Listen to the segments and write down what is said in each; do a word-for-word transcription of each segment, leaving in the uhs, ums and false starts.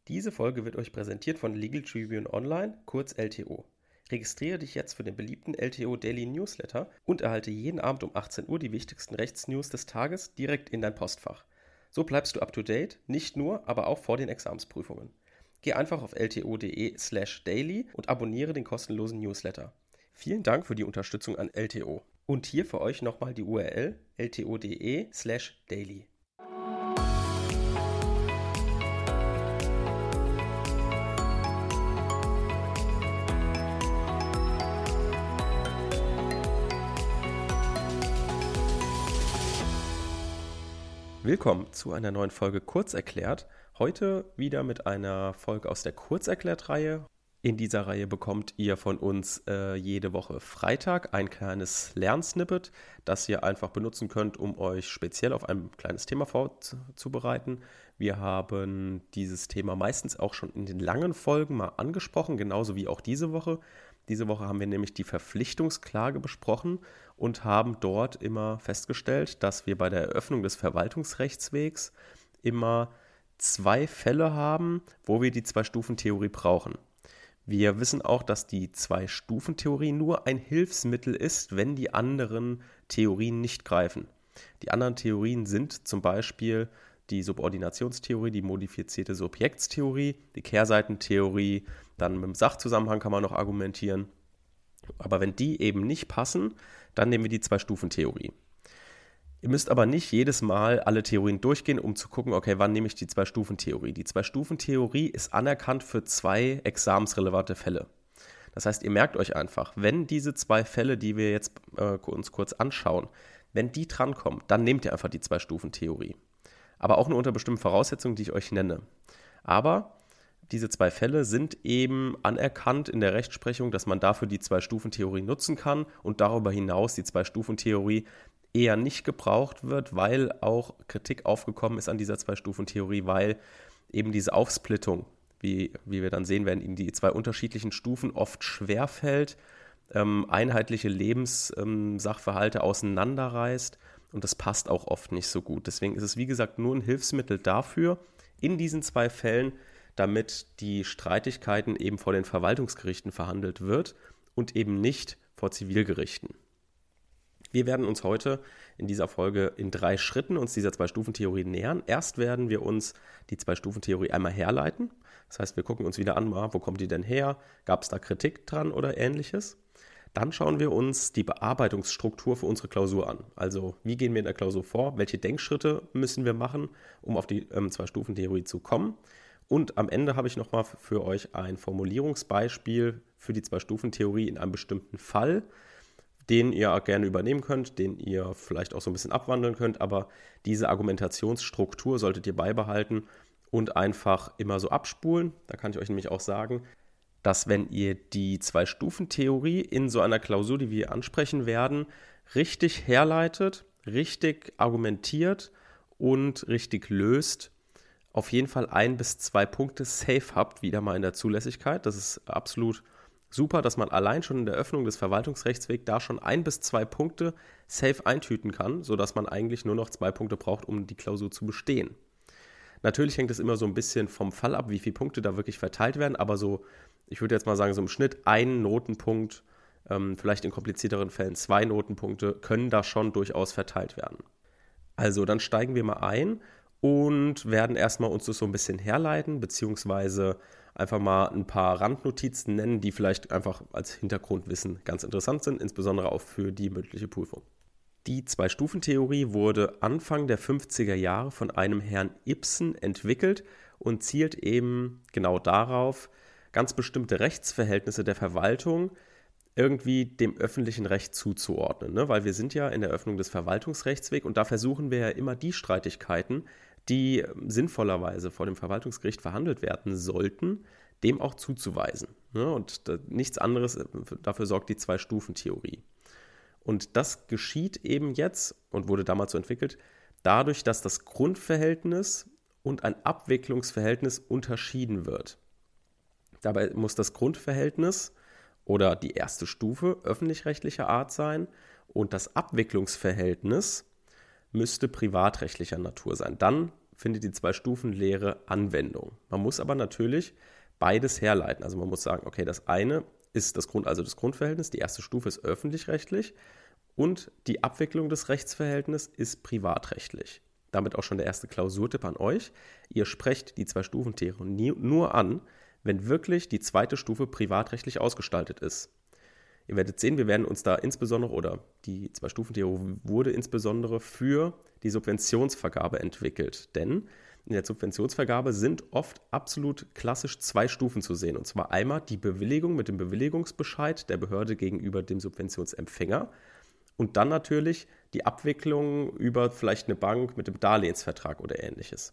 Diese Folge wird euch präsentiert von Legal Tribune Online, kurz L T O. Registriere dich jetzt für den beliebten L T O Daily Newsletter und erhalte jeden Abend um achtzehn Uhr die wichtigsten Rechtsnews des Tages direkt in dein Postfach. So bleibst du up to date, nicht nur, aber auch vor den Examensprüfungen. Geh einfach auf lto.de slash daily und abonniere den kostenlosen Newsletter. Vielen Dank für die Unterstützung an L T O. Und hier für euch nochmal die U R L lto.de slash daily. Willkommen zu einer neuen Folge Kurzerklärt. Heute wieder mit einer Folge aus der Kurzerklärt-Reihe. In dieser Reihe bekommt ihr von uns äh, jede Woche Freitag ein kleines Lernsnippet, das ihr einfach benutzen könnt, um euch speziell auf ein kleines Thema vorzubereiten. Wir haben dieses Thema meistens auch schon in den langen Folgen mal angesprochen, genauso wie auch diese Woche. Diese Woche haben wir nämlich die Verpflichtungsklage besprochen und haben dort immer festgestellt, dass wir bei der Eröffnung des Verwaltungsrechtswegs immer zwei Fälle haben, wo wir die Zwei-Stufen-Theorie brauchen. Wir wissen auch, dass die Zwei-Stufen-Theorie nur ein Hilfsmittel ist, wenn die anderen Theorien nicht greifen. Die anderen Theorien sind zum Beispiel die Subordinationstheorie, die modifizierte Subjektstheorie, die Kehrseitentheorie, dann mit dem Sachzusammenhang kann man noch argumentieren. Aber wenn die eben nicht passen, dann nehmen wir die Zwei-Stufen-Theorie. Ihr müsst aber nicht jedes Mal alle Theorien durchgehen, um zu gucken, okay, wann nehme ich die Zwei-Stufen-Theorie? Die Zwei-Stufen-Theorie ist anerkannt für zwei examensrelevante Fälle. Das heißt, ihr merkt euch einfach, wenn diese zwei Fälle, die wir jetzt äh, uns kurz anschauen, wenn die drankommen, dann nehmt ihr einfach die Zwei-Stufen-Theorie. Aber auch nur unter bestimmten Voraussetzungen, die ich euch nenne. Aber diese zwei Fälle sind eben anerkannt in der Rechtsprechung, dass man dafür die Zwei-Stufen-Theorie nutzen kann und darüber hinaus die Zwei-Stufen-Theorie eher nicht gebraucht wird, weil auch Kritik aufgekommen ist an dieser Zwei-Stufen-Theorie, weil eben diese Aufsplittung, wie, wie wir dann sehen werden, in die zwei unterschiedlichen Stufen oft schwerfällt, ähm, einheitliche Lebenssachverhalte ähm, auseinanderreißt und das passt auch oft nicht so gut. Deswegen ist es, wie gesagt, nur ein Hilfsmittel dafür, in diesen zwei Fällen, damit die Streitigkeiten eben vor den Verwaltungsgerichten verhandelt wird und eben nicht vor Zivilgerichten. Wir werden uns heute in dieser Folge in drei Schritten uns dieser Zwei-Stufen-Theorie nähern. Erst werden wir uns die Zwei-Stufen-Theorie einmal herleiten. Das heißt, wir gucken uns wieder an, wo kommt die denn her? Gab es da Kritik dran oder ähnliches? Dann schauen wir uns die Bearbeitungsstruktur für unsere Klausur an. Also wie gehen wir in der Klausur vor? Welche Denkschritte müssen wir machen, um auf die ähm, Zwei-Stufen-Theorie zu kommen? Und am Ende habe ich nochmal für euch ein Formulierungsbeispiel für die Zwei-Stufen-Theorie in einem bestimmten Fall, den ihr auch gerne übernehmen könnt, den ihr vielleicht auch so ein bisschen abwandeln könnt, aber diese Argumentationsstruktur solltet ihr beibehalten und einfach immer so abspulen. Da kann ich euch nämlich auch sagen, dass wenn ihr die Zwei-Stufen-Theorie in so einer Klausur, die wir hier ansprechen werden, richtig herleitet, richtig argumentiert und richtig löst, auf jeden Fall ein bis zwei Punkte safe habt, wieder mal in der Zulässigkeit. Das ist absolut super, dass man allein schon in der Öffnung des Verwaltungsrechtswegs da schon ein bis zwei Punkte safe eintüten kann, sodass man eigentlich nur noch zwei Punkte braucht, um die Klausur zu bestehen. Natürlich hängt es immer so ein bisschen vom Fall ab, wie viele Punkte da wirklich verteilt werden, aber so, ich würde jetzt mal sagen, so im Schnitt ein Notenpunkt, ähm, vielleicht in komplizierteren Fällen zwei Notenpunkte, können da schon durchaus verteilt werden. Also dann steigen wir mal ein und werden erstmal uns das so ein bisschen herleiten, beziehungsweise einfach mal ein paar Randnotizen nennen, die vielleicht einfach als Hintergrundwissen ganz interessant sind, insbesondere auch für die mündliche Prüfung. Die Zwei-Stufen-Theorie wurde Anfang der fünfziger Jahre von einem Herrn Ibsen entwickelt und zielt eben genau darauf, ganz bestimmte Rechtsverhältnisse der Verwaltung irgendwie dem öffentlichen Recht zuzuordnen, ne? Weil wir sind ja in der Öffnung des Verwaltungsrechtswegs und da versuchen wir ja immer die Streitigkeiten, die sinnvollerweise vor dem Verwaltungsgericht verhandelt werden sollten, dem auch zuzuweisen. Ne? Und nichts anderes, dafür sorgt die Zwei-Stufen-Theorie. Und das geschieht eben jetzt und wurde damals so entwickelt, dadurch, dass das Grundverhältnis und ein Abwicklungsverhältnis unterschieden wird. Dabei muss das Grundverhältnis oder die erste Stufe öffentlich-rechtlicher Art sein und das Abwicklungsverhältnis müsste privatrechtlicher Natur sein. Dann findet die Zwei-Stufen-Lehre Anwendung. Man muss aber natürlich beides herleiten. Also man muss sagen, okay, das eine ist das Grund, also das Grundverhältnis, die erste Stufe ist öffentlich-rechtlich und die Abwicklung des Rechtsverhältnisses ist privatrechtlich. Damit auch schon der erste Klausurtipp an euch. Ihr sprecht die Zwei-Stufen-Theorie nur an, wenn wirklich die zweite Stufe privatrechtlich ausgestaltet ist. Ihr werdet sehen, wir werden uns da insbesondere, oder die Zwei-Stufen-Theorie wurde insbesondere für die Subventionsvergabe entwickelt. Denn in der Subventionsvergabe sind oft absolut klassisch zwei Stufen zu sehen. Und zwar einmal die Bewilligung mit dem Bewilligungsbescheid der Behörde gegenüber dem Subventionsempfänger und dann natürlich die Abwicklung über vielleicht eine Bank mit dem Darlehensvertrag oder ähnliches.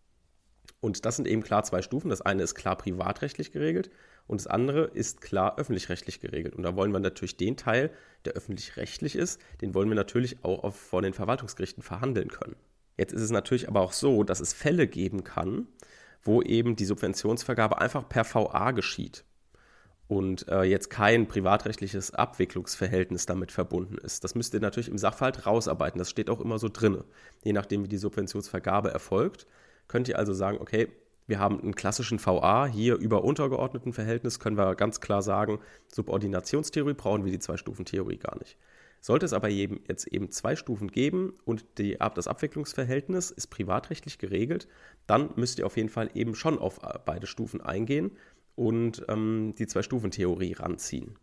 Und das sind eben klar zwei Stufen. Das eine ist klar privatrechtlich geregelt und das andere ist klar öffentlich-rechtlich geregelt. Und da wollen wir natürlich den Teil, der öffentlich-rechtlich ist, den wollen wir natürlich auch auf, vor den Verwaltungsgerichten verhandeln können. Jetzt ist es natürlich aber auch so, dass es Fälle geben kann, wo eben die Subventionsvergabe einfach per V A geschieht und äh, jetzt kein privatrechtliches Abwicklungsverhältnis damit verbunden ist. Das müsst ihr natürlich im Sachverhalt rausarbeiten. Das steht auch immer so drin. Je nachdem, wie die Subventionsvergabe erfolgt, könnt ihr also sagen, okay, wir haben einen klassischen V A, hier über untergeordneten Verhältnis können wir ganz klar sagen, Subordinationstheorie brauchen wir die Zwei-Stufen-Theorie gar nicht. Sollte es aber eben jetzt eben zwei Stufen geben und die, das Abwicklungsverhältnis ist privatrechtlich geregelt, dann müsst ihr auf jeden Fall eben schon auf beide Stufen eingehen und ähm, die Zwei-Stufen-Theorie ranziehen.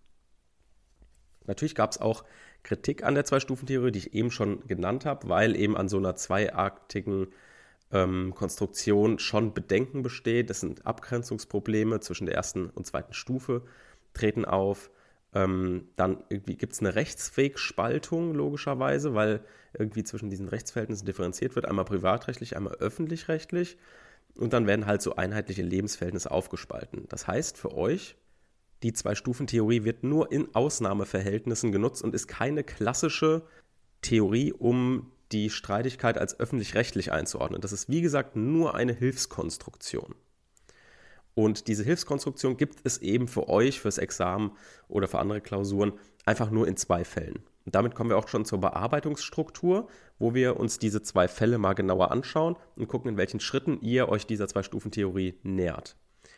Natürlich gab es auch Kritik an der Zwei-Stufen-Theorie, die ich eben schon genannt habe, weil eben an so einer zweiaktigen ähm, Konstruktion schon Bedenken besteht. Das sind Abgrenzungsprobleme zwischen der ersten und zweiten Stufe, treten auf. Ähm, dann irgendwie gibt es eine Rechtswegspaltung logischerweise, weil irgendwie zwischen diesen Rechtsverhältnissen differenziert wird, einmal privatrechtlich, einmal öffentlich-rechtlich und dann werden halt so einheitliche Lebensverhältnisse aufgespalten. Das heißt für euch, die Zwei-Stufen-Theorie wird nur in Ausnahmeverhältnissen genutzt und ist keine klassische Theorie, um die Streitigkeit als öffentlich-rechtlich einzuordnen. Das ist wie gesagt nur eine Hilfskonstruktion. Und diese Hilfskonstruktion gibt es eben für euch, fürs Examen oder für andere Klausuren einfach nur in zwei Fällen. Und damit kommen wir auch schon zur Bearbeitungsstruktur, wo wir uns diese zwei Fälle mal genauer anschauen und gucken, in welchen Schritten ihr euch dieser Zwei-Stufen-Theorie nähert.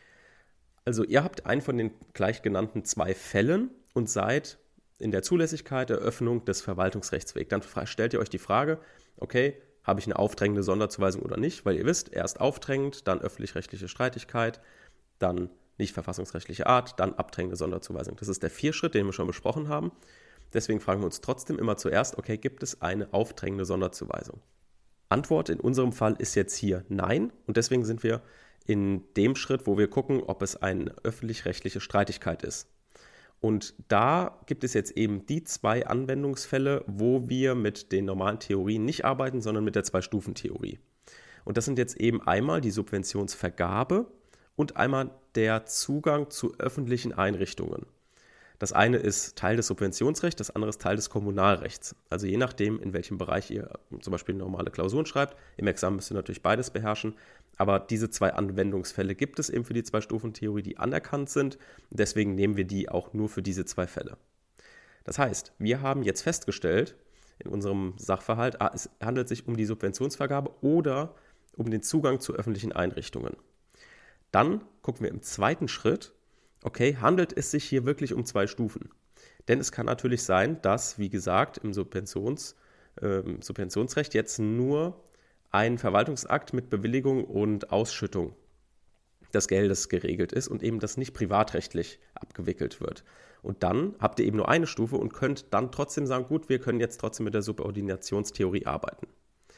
Also ihr habt einen von den gleich genannten zwei Fällen und seid in der Zulässigkeit der Eröffnung des Verwaltungsrechtswegs. Dann stellt ihr euch die Frage, okay, habe ich eine aufdrängende Sonderzuweisung oder nicht? Weil ihr wisst, erst aufdrängend, dann öffentlich-rechtliche Streitigkeit, dann nicht verfassungsrechtliche Art, dann abdrängende Sonderzuweisung. Das ist der Vierschritt, den wir schon besprochen haben. Deswegen fragen wir uns trotzdem immer zuerst, okay, gibt es eine aufdrängende Sonderzuweisung? Antwort in unserem Fall ist jetzt hier nein und deswegen sind wir in dem Schritt, wo wir gucken, ob es eine öffentlich-rechtliche Streitigkeit ist. Und da gibt es jetzt eben die zwei Anwendungsfälle, wo wir mit den normalen Theorien nicht arbeiten, sondern mit der Zwei-Stufen-Theorie. Und das sind jetzt eben einmal die Subventionsvergabe und einmal der Zugang zu öffentlichen Einrichtungen. Das eine ist Teil des Subventionsrechts, das andere ist Teil des Kommunalrechts. Also je nachdem, in welchem Bereich ihr zum Beispiel normale Klausuren schreibt, im Examen müsst ihr natürlich beides beherrschen, aber diese zwei Anwendungsfälle gibt es eben für die Zwei-Stufen-Theorie, die anerkannt sind. Deswegen nehmen wir die auch nur für diese zwei Fälle. Das heißt, wir haben jetzt festgestellt in unserem Sachverhalt, es handelt sich um die Subventionsvergabe oder um den Zugang zu öffentlichen Einrichtungen. Dann gucken wir im zweiten Schritt, okay, handelt es sich hier wirklich um zwei Stufen? Denn es kann natürlich sein, dass, wie gesagt, im Subventions, äh, Subventionsrecht jetzt nur ein Verwaltungsakt mit Bewilligung und Ausschüttung des Geldes geregelt ist und eben das nicht privatrechtlich abgewickelt wird. Und dann habt ihr eben nur eine Stufe und könnt dann trotzdem sagen, gut, wir können jetzt trotzdem mit der Subordinationstheorie arbeiten.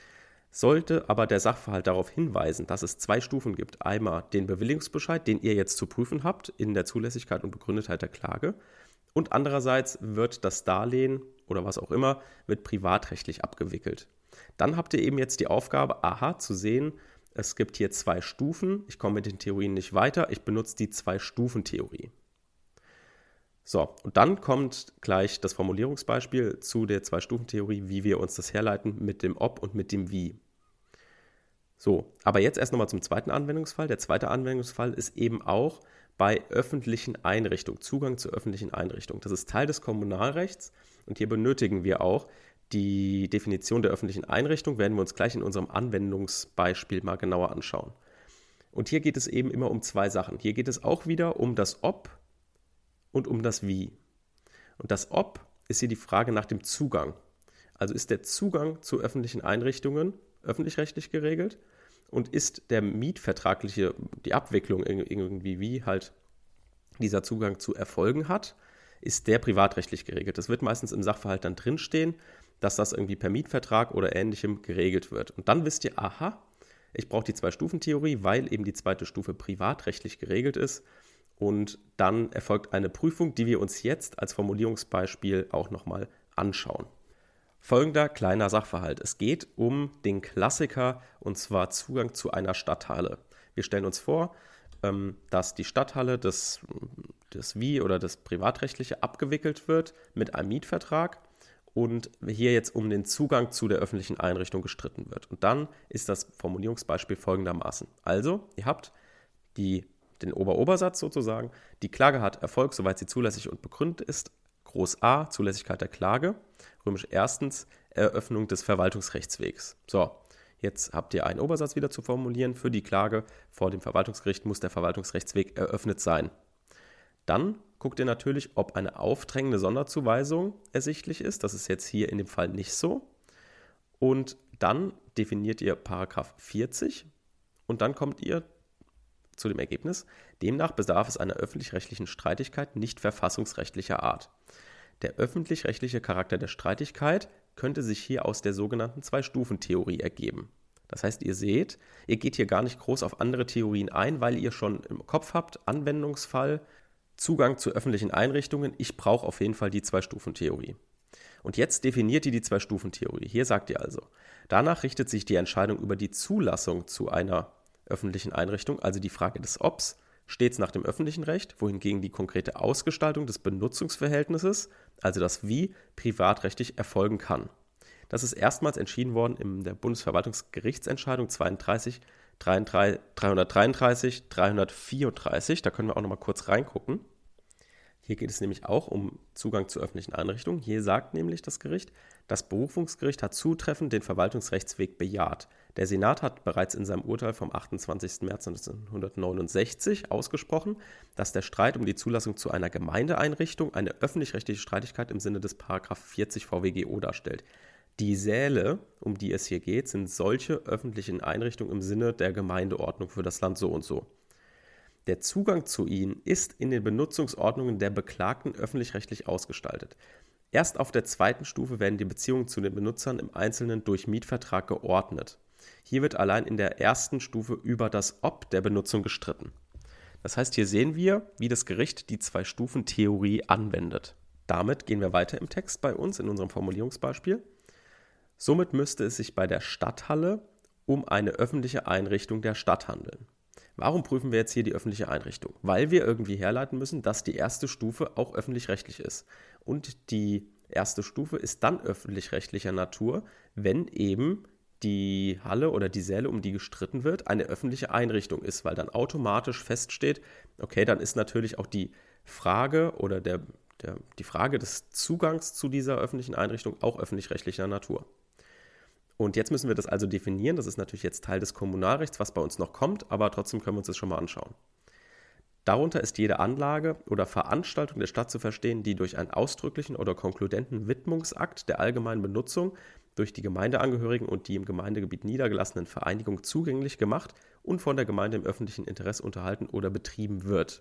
Sollte aber der Sachverhalt darauf hinweisen, dass es zwei Stufen gibt, einmal den Bewilligungsbescheid, den ihr jetzt zu prüfen habt in der Zulässigkeit und Begründetheit der Klage und andererseits wird das Darlehen oder was auch immer, wird privatrechtlich abgewickelt. Dann habt ihr eben jetzt die Aufgabe, aha, zu sehen, es gibt hier zwei Stufen, ich komme mit den Theorien nicht weiter, ich benutze die Zwei-Stufen-Theorie. So, und dann kommt gleich das Formulierungsbeispiel zu der Zwei-Stufen-Theorie, wie wir uns das herleiten mit dem Ob und mit dem Wie. So, aber jetzt erst nochmal zum zweiten Anwendungsfall. Der zweite Anwendungsfall ist eben auch bei öffentlichen Einrichtungen, Zugang zu öffentlichen Einrichtungen. Das ist Teil des Kommunalrechts und hier benötigen wir auch Die Definition der öffentlichen Einrichtung werden wir uns gleich in unserem Anwendungsbeispiel mal genauer anschauen. Und hier geht es eben immer um zwei Sachen. Hier geht es auch wieder um das Ob und um das Wie. Und das Ob ist hier die Frage nach dem Zugang. Also ist der Zugang zu öffentlichen Einrichtungen öffentlich-rechtlich geregelt und ist der mietvertragliche, die Abwicklung irgendwie, wie halt dieser Zugang zu erfolgen hat, ist der privatrechtlich geregelt. Das wird meistens im Sachverhalt dann drinstehen, dass das irgendwie per Mietvertrag oder Ähnlichem geregelt wird. Und dann wisst ihr, aha, ich brauche die Zwei-Stufen-Theorie, weil eben die zweite Stufe privatrechtlich geregelt ist. Und dann erfolgt eine Prüfung, die wir uns jetzt als Formulierungsbeispiel auch nochmal anschauen. Folgender kleiner Sachverhalt. Es geht um den Klassiker, und zwar Zugang zu einer Stadthalle. Wir stellen uns vor, dass die Stadthalle, das, das Wie oder das Privatrechtliche abgewickelt wird mit einem Mietvertrag und hier jetzt um den Zugang zu der öffentlichen Einrichtung gestritten wird. Und dann ist das Formulierungsbeispiel folgendermaßen. Also, ihr habt die, den Ober-Obersatz sozusagen, die Klage hat Erfolg, soweit sie zulässig und begründet ist. Groß A, Zulässigkeit der Klage. Römisch erstens, Eröffnung des Verwaltungsrechtswegs. So, jetzt habt ihr einen Obersatz wieder zu formulieren. Für die Klage vor dem Verwaltungsgericht muss der Verwaltungsrechtsweg eröffnet sein. Dann guckt ihr natürlich, ob eine aufdrängende Sonderzuweisung ersichtlich ist. Das ist jetzt hier in dem Fall nicht so. Und dann definiert ihr Paragraph vierzig und dann kommt ihr zu dem Ergebnis, demnach bedarf es einer öffentlich-rechtlichen Streitigkeit nicht verfassungsrechtlicher Art. Der öffentlich-rechtliche Charakter der Streitigkeit könnte sich hier aus der sogenannten Zwei-Stufen-Theorie ergeben. Das heißt, ihr seht, ihr geht hier gar nicht groß auf andere Theorien ein, weil ihr schon im Kopf habt, Anwendungsfall, Zugang zu öffentlichen Einrichtungen, ich brauche auf jeden Fall die Zwei-Stufen-Theorie. Und jetzt definiert ihr die Zwei-Stufen-Theorie. Hier sagt ihr also, danach richtet sich die Entscheidung über die Zulassung zu einer öffentlichen Einrichtung, also die Frage des Obs, stets nach dem öffentlichen Recht, wohingegen die konkrete Ausgestaltung des Benutzungsverhältnisses, also das Wie, privatrechtlich erfolgen kann. Das ist erstmals entschieden worden in der Bundesverwaltungsgerichtsentscheidung zweiunddreißig, dreihundertdreiunddreißig, dreihundertvierunddreißig. Da können wir auch noch mal kurz reingucken. Hier geht es nämlich auch um Zugang zu öffentlichen Einrichtungen. Hier sagt nämlich das Gericht, das Berufungsgericht hat zutreffend den Verwaltungsrechtsweg bejaht. Der Senat hat bereits in seinem Urteil vom achtundzwanzigsten März neunzehnhundertneunundsechzig ausgesprochen, dass der Streit um die Zulassung zu einer Gemeindeeinrichtung eine öffentlich-rechtliche Streitigkeit im Sinne des Paragraph vierzig V W G O darstellt. Die Säle, um die es hier geht, sind solche öffentlichen Einrichtungen im Sinne der Gemeindeordnung für das Land so und so. Der Zugang zu ihnen ist in den Benutzungsordnungen der Beklagten öffentlich-rechtlich ausgestaltet. Erst auf der zweiten Stufe werden die Beziehungen zu den Benutzern im Einzelnen durch Mietvertrag geordnet. Hier wird allein in der ersten Stufe über das Ob der Benutzung gestritten. Das heißt, hier sehen wir, wie das Gericht die Zwei-Stufen-Theorie anwendet. Damit gehen wir weiter im Text bei uns in unserem Formulierungsbeispiel. Somit müsste es sich bei der Stadthalle um eine öffentliche Einrichtung der Stadt handeln. Warum prüfen wir jetzt hier die öffentliche Einrichtung? Weil wir irgendwie herleiten müssen, dass die erste Stufe auch öffentlich-rechtlich ist. Und die erste Stufe ist dann öffentlich-rechtlicher Natur, wenn eben die Halle oder die Säle, um die gestritten wird, eine öffentliche Einrichtung ist, weil dann automatisch feststeht, okay, dann ist natürlich auch die Frage oder der, der, die Frage des Zugangs zu dieser öffentlichen Einrichtung auch öffentlich-rechtlicher Natur. Und jetzt müssen wir das also definieren. Das ist natürlich jetzt Teil des Kommunalrechts, was bei uns noch kommt, aber trotzdem können wir uns das schon mal anschauen. Darunter ist jede Anlage oder Veranstaltung der Stadt zu verstehen, die durch einen ausdrücklichen oder konkludenten Widmungsakt der allgemeinen Benutzung durch die Gemeindeangehörigen und die im Gemeindegebiet niedergelassenen Vereinigungen zugänglich gemacht und von der Gemeinde im öffentlichen Interesse unterhalten oder betrieben wird.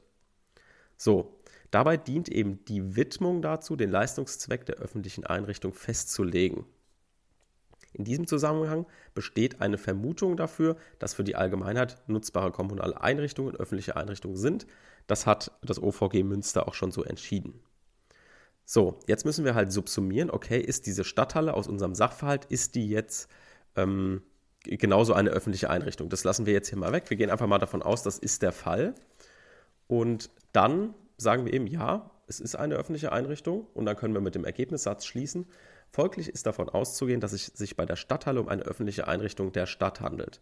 So, dabei dient eben die Widmung dazu, den Leistungszweck der öffentlichen Einrichtung festzulegen. In diesem Zusammenhang besteht eine Vermutung dafür, dass für die Allgemeinheit nutzbare kommunale Einrichtungen öffentliche Einrichtungen sind. Das hat das O V G Münster auch schon so entschieden. So, jetzt müssen wir halt subsumieren, okay, ist diese Stadthalle aus unserem Sachverhalt, ist die jetzt ähm, genauso eine öffentliche Einrichtung? Das lassen wir jetzt hier mal weg. Wir gehen einfach mal davon aus, das ist der Fall. Und dann sagen wir eben, ja, es ist eine öffentliche Einrichtung und dann können wir mit dem Ergebnissatz schließen. Folglich ist davon auszugehen, dass es sich bei der Stadthalle um eine öffentliche Einrichtung der Stadt handelt.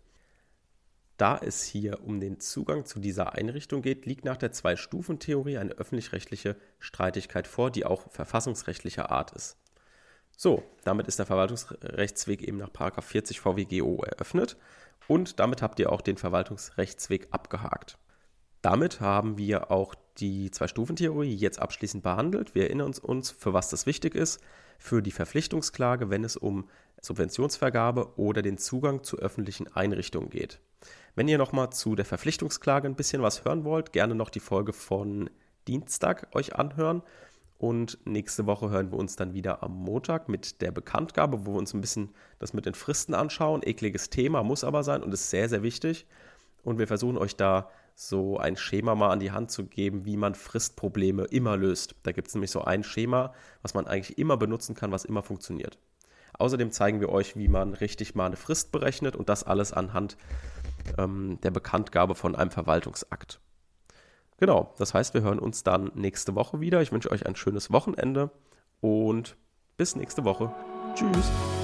Da es hier um den Zugang zu dieser Einrichtung geht, liegt nach der Zwei-Stufen-Theorie eine öffentlich-rechtliche Streitigkeit vor, die auch verfassungsrechtlicher Art ist. So, damit ist der Verwaltungsrechtsweg eben nach Paragraph vierzig V W G O eröffnet und damit habt ihr auch den Verwaltungsrechtsweg abgehakt. Damit haben wir auch die Zwei-Stufen-Theorie jetzt abschließend behandelt. Wir erinnern uns, für was das wichtig ist, für die Verpflichtungsklage, wenn es um Subventionsvergabe oder den Zugang zu öffentlichen Einrichtungen geht. Wenn ihr nochmal zu der Verpflichtungsklage ein bisschen was hören wollt, gerne noch die Folge von Dienstag euch anhören. Und nächste Woche hören wir uns dann wieder am Montag mit der Bekanntgabe, wo wir uns ein bisschen das mit den Fristen anschauen. Ekliges Thema, muss aber sein und ist sehr, sehr wichtig. Und wir versuchen euch da so ein Schema mal an die Hand zu geben, wie man Fristprobleme immer löst. Da gibt es nämlich so ein Schema, was man eigentlich immer benutzen kann, was immer funktioniert. Außerdem zeigen wir euch, wie man richtig mal eine Frist berechnet und das alles anhand ähm, der Bekanntgabe von einem Verwaltungsakt. Genau, das heißt, wir hören uns dann nächste Woche wieder. Ich wünsche euch ein schönes Wochenende und bis nächste Woche. Tschüss.